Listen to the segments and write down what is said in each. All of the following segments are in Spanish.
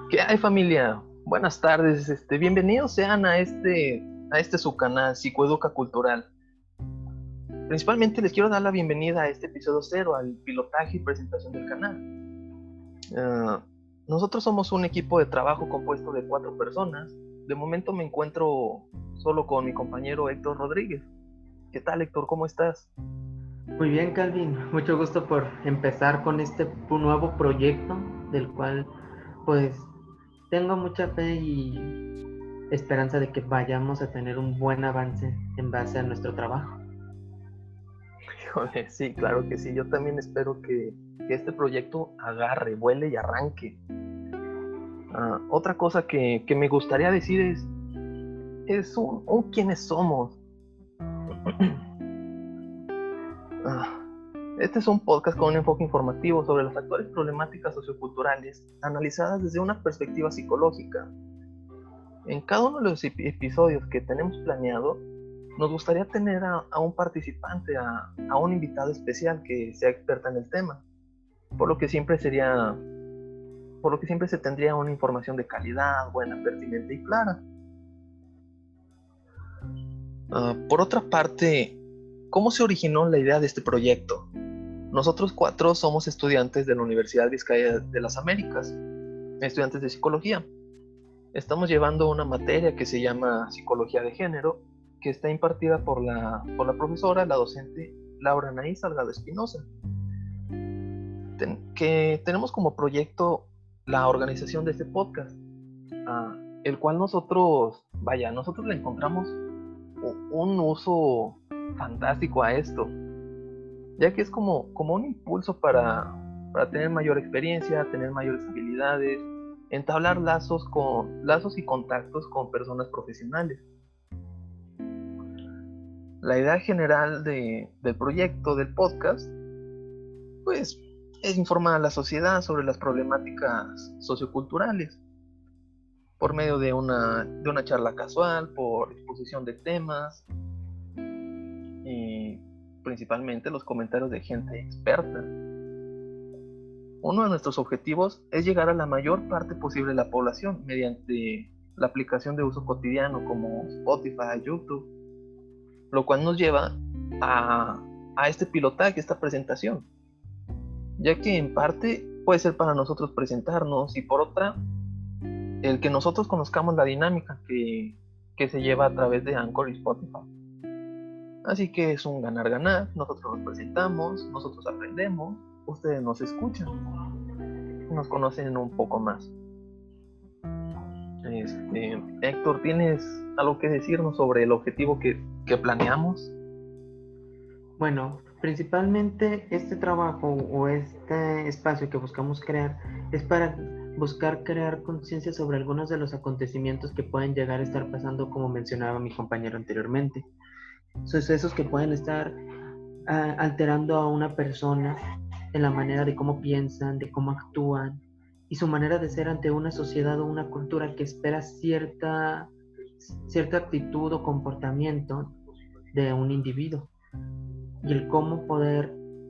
¿Qué hay, familia? Buenas tardes, bienvenidos sean a este su canal, Psicoeduca Cultural. Principalmente les quiero dar la bienvenida a este episodio 0, al pilotaje y presentación del canal. Nosotros somos un equipo de trabajo compuesto de 4 personas. De momento me encuentro solo con mi compañero Héctor Rodríguez. ¿Qué tal, Héctor? ¿Cómo estás? Muy bien, Calvin. Mucho gusto por empezar con este nuevo proyecto del cual pues tengo mucha fe y esperanza de que vayamos a tener un buen avance en base a nuestro trabajo. Híjole, sí, claro que sí. Yo también espero que este proyecto agarre, vuele y arranque. Otra cosa que me gustaría decir es un quiénes somos. Este es un podcast con un enfoque informativo sobre las actuales problemáticas socioculturales analizadas desde una perspectiva psicológica. En cada uno de los episodios que tenemos planeado, nos gustaría tener a un participante, a un invitado especial que sea experta en el tema, por lo que siempre se tendría una información de calidad, buena, pertinente y clara. Por otra parte, ¿cómo se originó la idea de este proyecto? Nosotros 4 somos estudiantes de la Universidad Vizcaya de las Américas, estudiantes de psicología. Estamos llevando una materia que se llama Psicología de Género, que está impartida por la profesora, la docente Laura Anaí Salgado Espinosa. Que tenemos como proyecto la organización de este podcast, el cual nosotros le encontramos un uso fantástico a esto, ya que es como un impulso para tener mayor experiencia, tener mayores habilidades, entablar lazos y contactos con personas profesionales. La idea general del proyecto, del podcast, pues es informar a la sociedad sobre las problemáticas socioculturales por medio de una charla casual, por exposición de temas y principalmente los comentarios de gente experta. Uno de nuestros objetivos es llegar a la mayor parte posible de la población mediante la aplicación de uso cotidiano como Spotify, YouTube, lo cual nos lleva a este pilotaje, esta presentación, ya que en parte puede ser para nosotros presentarnos y por otra, el que nosotros conozcamos la dinámica que se lleva a través de Anchor y Spotify. Así que es un ganar-ganar. Nosotros nos presentamos, nosotros aprendemos, ustedes nos escuchan, nos conocen un poco más. Héctor, ¿tienes algo que decirnos sobre el objetivo que planeamos? Bueno, principalmente este trabajo o este espacio que buscamos crear es para buscar crear conciencia sobre algunos de los acontecimientos que pueden llegar a estar pasando, como mencionaba mi compañero anteriormente. Sucesos que pueden estar alterando a una persona en la manera de cómo piensan, de cómo actúan y su manera de ser ante una sociedad o una cultura que espera cierta actitud o comportamiento de un individuo, y el cómo poder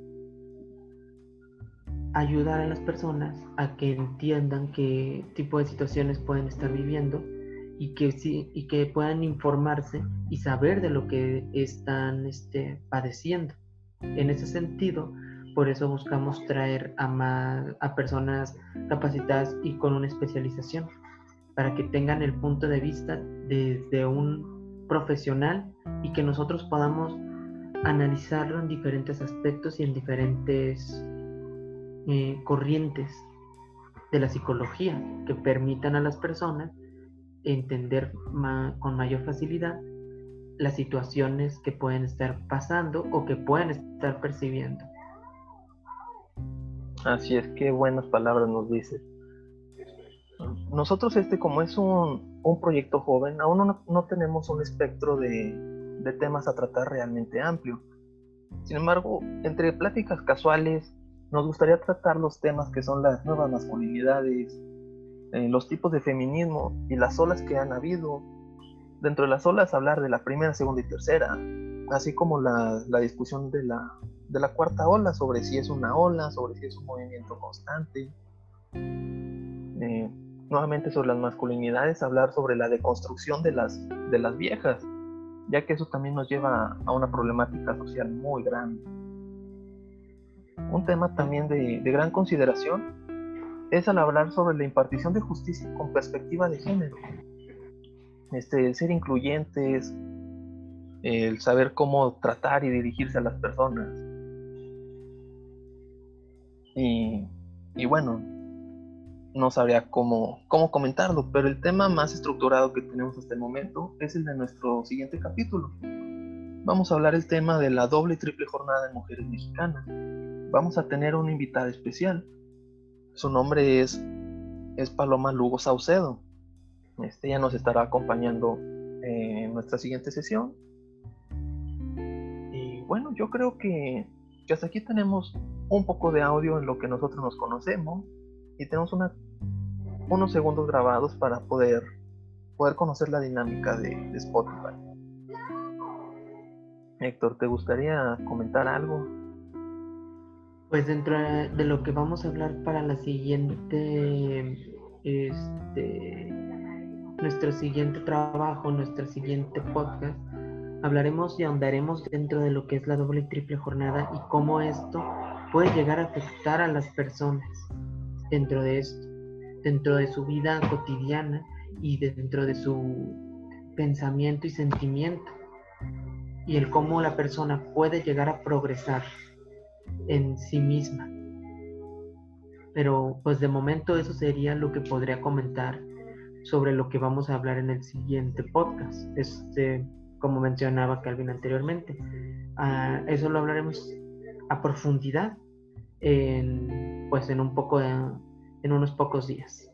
ayudar a las personas a que entiendan qué tipo de situaciones pueden estar viviendo y que puedan informarse y saber de lo que están padeciendo. En ese sentido, por eso buscamos traer a personas capacitadas y con una especialización, para que tengan el punto de vista desde un profesional y que nosotros podamos analizarlo en diferentes aspectos y en diferentes corrientes de la psicología que permitan a las personas entender con mayor facilidad las situaciones que pueden estar pasando o que pueden estar percibiendo. Así es, qué buenas palabras nos dices. Nosotros como es un proyecto joven, aún no tenemos un espectro de temas a tratar realmente amplio. Sin embargo, entre pláticas casuales, nos gustaría tratar los temas que son las nuevas masculinidades, los tipos de feminismo y las olas que han habido. Dentro de las olas hablar de la primera, segunda y tercera, así como la discusión de la cuarta ola, sobre si es una ola, sobre si es un movimiento constante. nuevamente sobre las masculinidades, hablar sobre la deconstrucción de las viejas, ya que eso también nos lleva a una problemática social muy grande. Un tema también de gran consideración es al hablar sobre la impartición de justicia con perspectiva de género. El ser incluyentes, el saber cómo tratar y dirigirse a las personas. Y bueno, no sabría cómo comentarlo, pero el tema más estructurado que tenemos hasta el momento es el de nuestro siguiente capítulo. Vamos a hablar el tema de la doble y triple jornada de mujeres mexicanas. Vamos a tener una invitada especial. Su nombre es Paloma Lugo Saucedo. Ella nos estará acompañando en nuestra siguiente sesión. Y bueno, yo creo que hasta aquí tenemos un poco de audio en lo que nosotros nos conocemos y tenemos unos segundos grabados para poder conocer la dinámica de Spotify. Héctor, ¿te gustaría comentar algo? Pues dentro de lo que vamos a hablar para la siguiente, nuestro siguiente trabajo, nuestro siguiente podcast, hablaremos y ahondaremos dentro de lo que es la doble y triple jornada y cómo esto puede llegar a afectar a las personas dentro de esto, dentro de su vida cotidiana y dentro de su pensamiento y sentimiento, y el cómo la persona puede llegar a progresar en sí misma. Pero pues de momento eso sería lo que podría comentar sobre lo que vamos a hablar en el siguiente podcast. Como mencionaba Calvin anteriormente, eso lo hablaremos a profundidad en unos pocos días.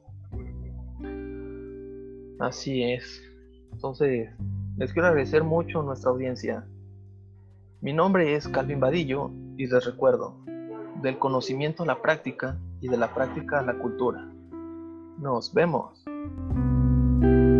Así es. Entonces, les quiero agradecer mucho a nuestra audiencia. Mi nombre es Calvin Vadillo y les recuerdo, del conocimiento a la práctica y de la práctica a la cultura. Nos vemos.